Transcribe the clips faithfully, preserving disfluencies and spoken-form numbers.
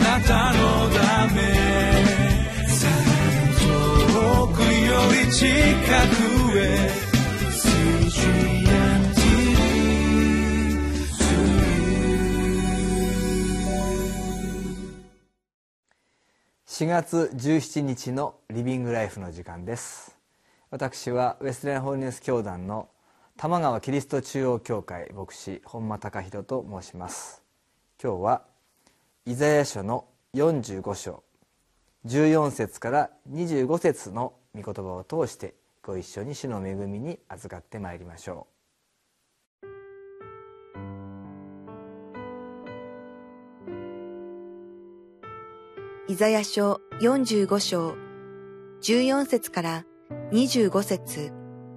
なたのため遠くより近くへしがつじゅうしちにちのリビングライフの時間です。私はウェスレンホーリネス教団の玉川キリスト中央教会牧師本間隆弘と申します。今日はイザヤ書のよんじゅうごしょうじゅうよんせつからにじゅうごせつの御言葉を通してご一緒に主の恵みに預かってまいりましょう。 イザヤ書よんじゅうごしょうじゅうよんせつからにじゅうごせつ。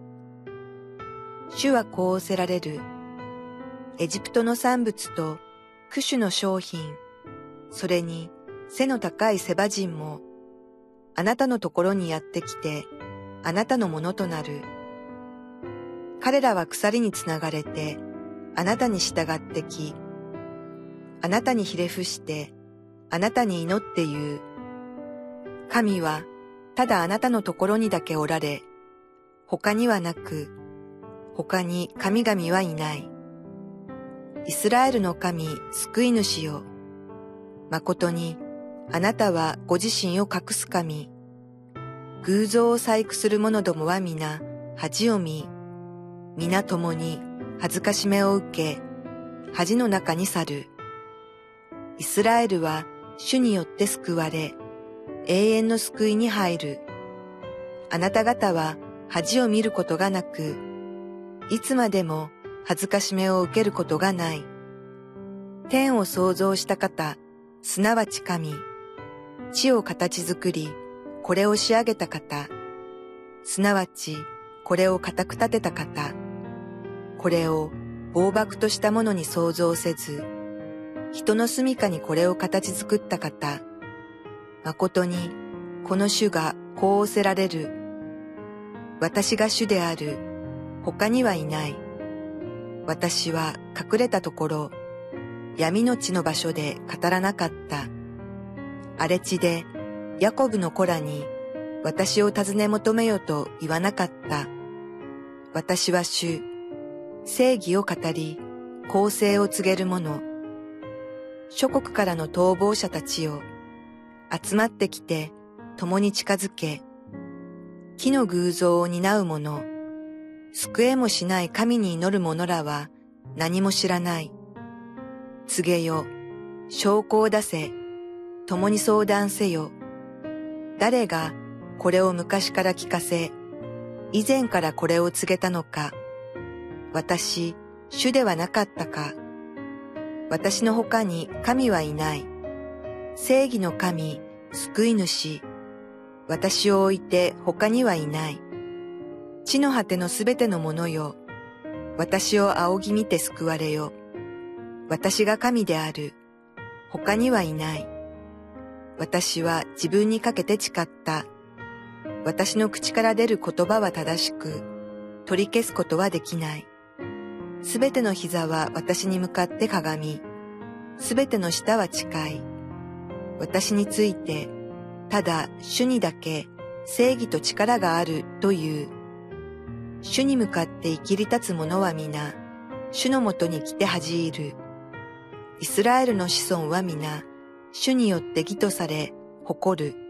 主はこう仰せられる。エジプトの産物とクシュの商品、それに背の高いセバ人も、あなたのところにやってきて、あなたのものとなる。彼らは鎖につながれて、あなたに従ってき、あなたにひれ伏して、あなたに祈って言う。神はただあなたのところにだけおられ、他にはなく、他に神々はいない。イスラエルの神、救い主よ。誠に、あなたはご自身を隠す神。偶像を細工する者どもは皆、恥を見、皆共に恥ずかしめを受け、恥の中に去る。イスラエルは主によって救われ、永遠の救いに入る。あなた方は恥を見ることがなく、いつまでも恥ずかしめを受けることがない。天を創造した方、すなわち神。地を形作り、これを仕上げた方。すなわち、これを固く立てた方。これを暴漠としたものに創造せず、人の住処にこれを形作った方。誠に、この主がこう仰せられる。私が主である。他にはいない。私は隠れたところ、闇の地の場所で語らなかった。荒れ地で、ヤコブの子らに、私を尋ね求めよと言わなかった。私は主、正義を語り、公正を告げる者。諸国からの逃亡者たちよ、集まってきて、共に近づけ、木の偶像を担う者、救えもしない神に祈る者らは何も知らない。告げよ、証拠を出せ、共に相談せよ。誰がこれを昔から聞かせ、以前からこれを告げたのか。私、主ではなかったか。私の他に神はいない。正義の神、救い主。私を置いて他にはいない。地の果てのすべてのものよ。私を仰ぎ見て救われよ。私が神である。他にはいない。私は自分にかけて誓った。私の口から出る言葉は正しく、取り消すことはできない。すべての膝は私に向かってかがみ、すべての舌は誓い。私について、ただ主にだけ正義と力があるという。主に向かって生きり立つ者は皆、主のもとに来て恥じる。イスラエルの子孫は皆、主によって義とされ、誇る。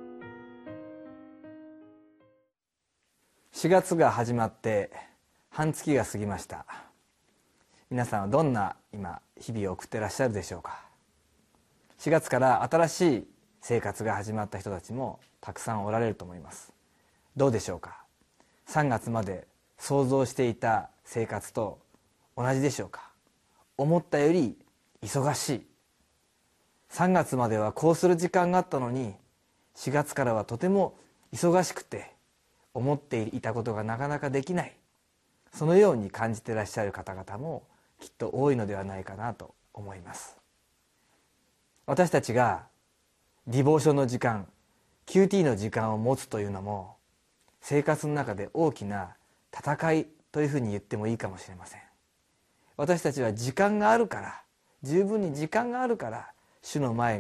しがつが始まって半月が過ぎました。皆さんはどんな今日々を送ってらっしゃるでしょうか。しがつから新しい生活が始まった人たちもたくさんおられると思います。どうでしょうか。さんがつまで想像していた生活と同じでしょうか。思ったより忙しい。さんがつまではこうする時間があったのに、しがつからはとても忙しくて思っていたことがなかなかできない。そのように感じていらっしゃる方々もきっと多いのではないかなと思います。私たちがディボーションの時間、キューティー の時間を持つというのも生活の中で大きな戦いというふうに言ってもいいかもしれません。私たちは時間があるから、十分に時間があるから主の前に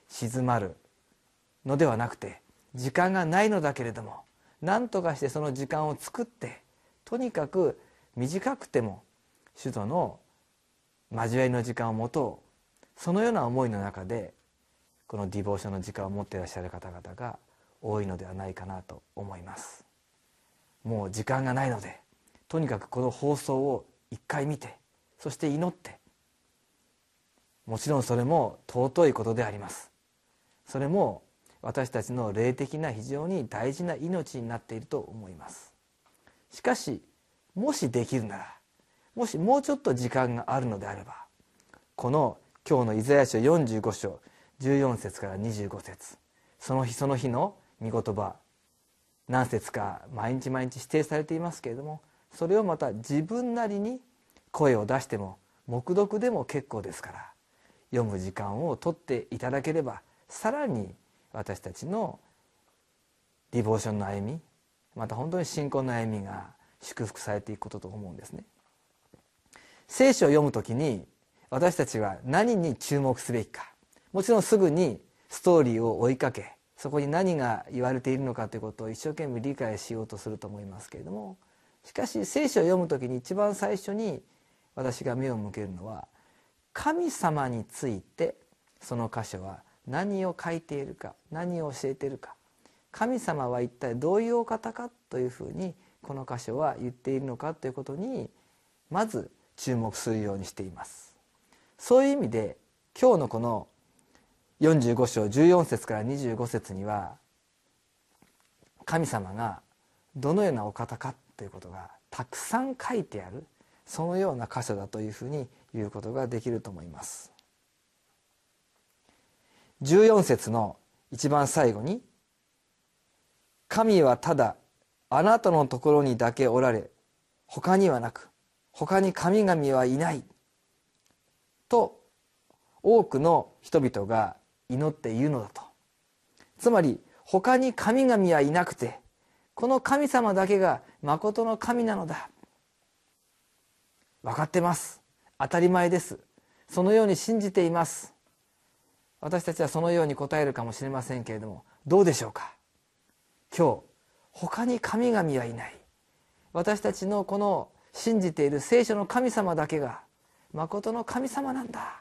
静まるのではなくて、時間がないのだけれども何とかしてその時間を作って、とにかく短くても主との交わりの時間を持とう、そのような思いの中でこのディボーションの時間を持っていらっしゃる方々が多いのではないかなと思います。もう時間がないので、とにかくこの放送を一回見て、そして祈って、もちろんそれも尊いことであります。それも私たちの霊的な非常に大事な命になっていると思います。しかしもしできるなら、もしもうちょっと時間があるのであれば、この今日のイザヤ書よんじゅうご章じゅうよん節からにじゅうご節、その日その日の御言葉、何節か毎日毎日指定されていますけれども、それをまた自分なりに声を出しても黙読でも結構ですから、読む時間を取っていただければ、さらに私たちのディボーションの歩み、また本当に信仰の歩みが祝福されていくことと思うんですね。聖書を読むときに私たちは何に注目すべきか、もちろんすぐにストーリーを追いかけ、そこに何が言われているのかということを一生懸命理解しようとすると思いますけれども、しかし聖書を読むときに一番最初に私が目を向けるのは、神様についてその箇所は何を書いているか、何を教えているか、神様は一体どういうお方かというふうにこの箇所は言っているのかということにまず注目するようにしています。そういう意味で今日のこのよんじゅうご章じゅうよん節からにじゅうご節には、神様がどのようなお方かということがたくさん書いてある、そのような箇所だというふうに言うことができると思います。じゅうよん節の一番最後に、神はただあなたのところにだけおられ、他にはなく、他に神々はいないと多くの人々が祈っているのだと。つまり他に神々はいなくて、この神様だけが真の神なのだ。分かってます、当たり前です、そのように信じています。私たちはそのように答えるかもしれませんけれども、どうでしょうか。今日他に神々はいない、私たちのこの信じている聖書の神様だけが真の神様なんだ。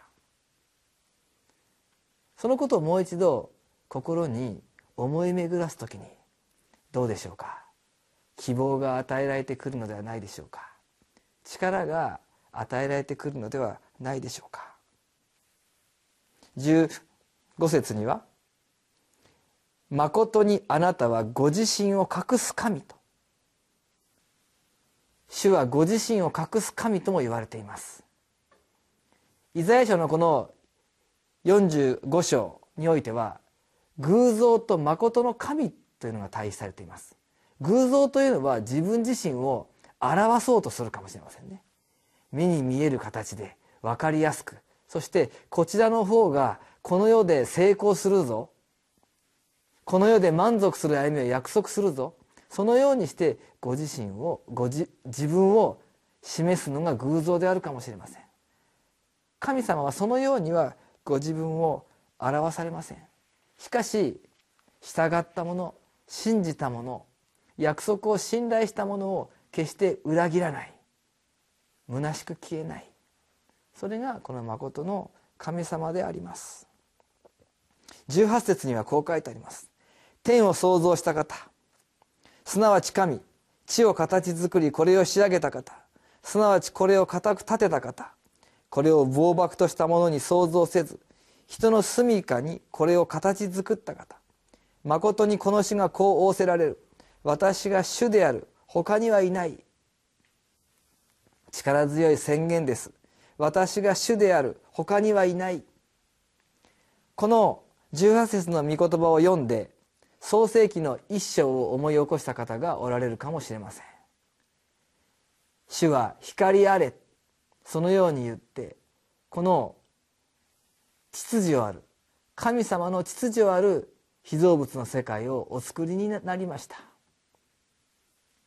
そのことをもう一度心に思い巡らすときに、どうでしょうか。希望が与えられてくるのではないでしょうか。力が与えられてくるのではないでしょうか。じゅうご節には、誠にあなたはご自身を隠す神と、主はご自身を隠す神とも言われています。イザヤ書のこのよんじゅうご章においては、偶像と誠の神というのが対比されています。偶像というのは自分自身を表そうとするかもしれませんね。目に見える形で分かりやすく、そしてこちらの方がこの世で成功するぞ、この世で満足する歩みを約束するぞ、そのようにしてご自身をご自、自分を示すのが偶像であるかもしれません。神様はそのようにはご自分を表されません。しかし従ったもの、信じたもの、約束を信頼したものを決して裏切らない、虚しく消えない、それがこの誠の神様であります。じゅうはち節にはこう書いてあります。天を創造した方、すなわち神、地を形作りこれを仕上げた方、すなわちこれを固く立てた方、これを暴漠としたものに創造せず、人の住処にこれを形作った方、誠にこの主がこう仰せられる。私が主である、他にはいない。力強い宣言です。私が主である、他にはいない。このじゅうはち節の御言葉を読んで、創世記の一章を思い起こした方がおられるかもしれません。主は光あれ、そのように言って、この秩序ある、神様の秩序ある被造物の世界をお作りになりました。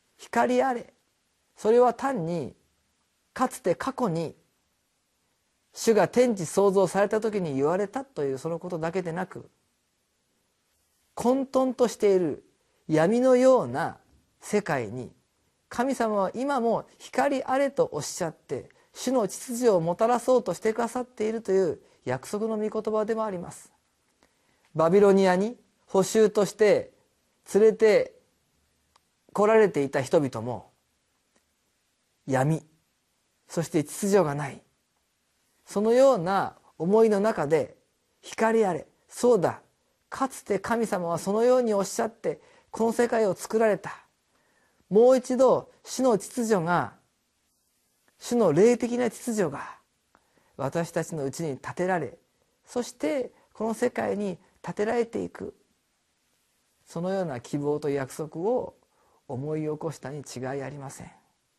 光あれ、それは単にかつて過去に主が天地創造された時に言われたというそのことだけでなく、混沌としている闇のような世界に神様は今も光あれとおっしゃって主の秩序をもたらそうとしてくださっているという約束の御言葉でもあります。バビロニアに捕囚として連れて来られていた人々も闇、そして秩序がない、そのような思いの中で光あれ、そうだ、かつて神様はそのようにおっしゃってこの世界を作られた。もう一度主の秩序が、主の霊的な秩序が私たちのうちに立てられ、そしてこの世界に立てられていく、そのような希望と約束を思い起こしたに違いありません。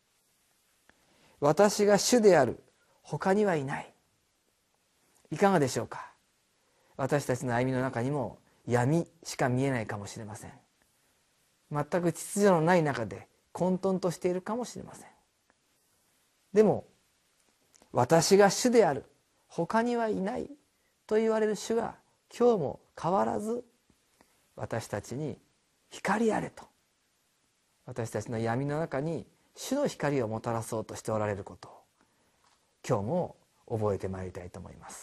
私が主である、他にはいない。いかがでしょうか。私たちの歩みの中にも闇しか見えないかもしれません。全く秩序のない中で混沌としているかもしれません。でも私が主である、他にはいないと言われる主が今日も変わらず私たちに光あれと、私たちの闇の中に主の光をもたらそうとしておられることを今日も覚えてまいりたいと思います。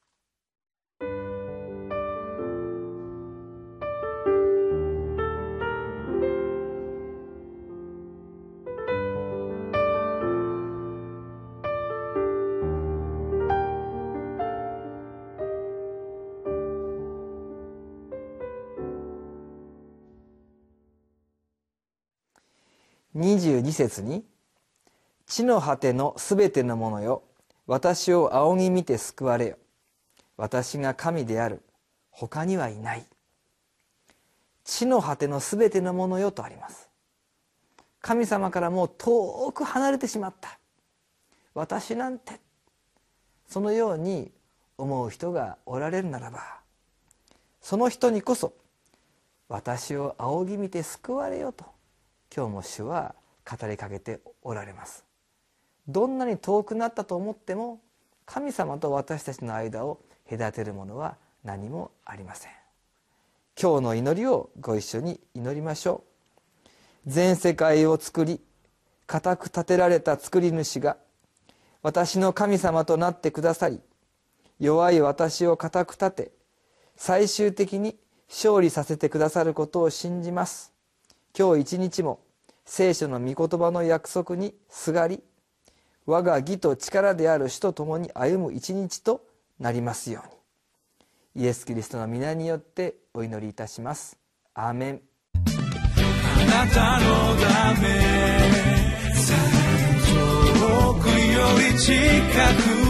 にじゅうに節に、地の果てのすべてのものよ、私を仰ぎ見て救われよ。私が神である、他にはいない。地の果てのすべてのものよとあります。神様からもう遠く離れてしまった、私なんて、そのように思う人がおられるならば、その人にこそ私を仰ぎ見て救われよと今日も主は語りかけておられます。どんなに遠くなったと思っても神様と私たちの間を隔てるものは何もありません。今日の祈りをご一緒に祈りましょう。全世界を作り固く立てられた作り主が私の神様となってくださり、弱い私を固く立て最終的に勝利させてくださることを信じます。今日一日も聖書の御言葉の約束にすがり、我が義と力である主と共に歩む一日となりますように。イエス・キリストの皆によってお祈りいたします。アーメン。 あなたのため遠くより近く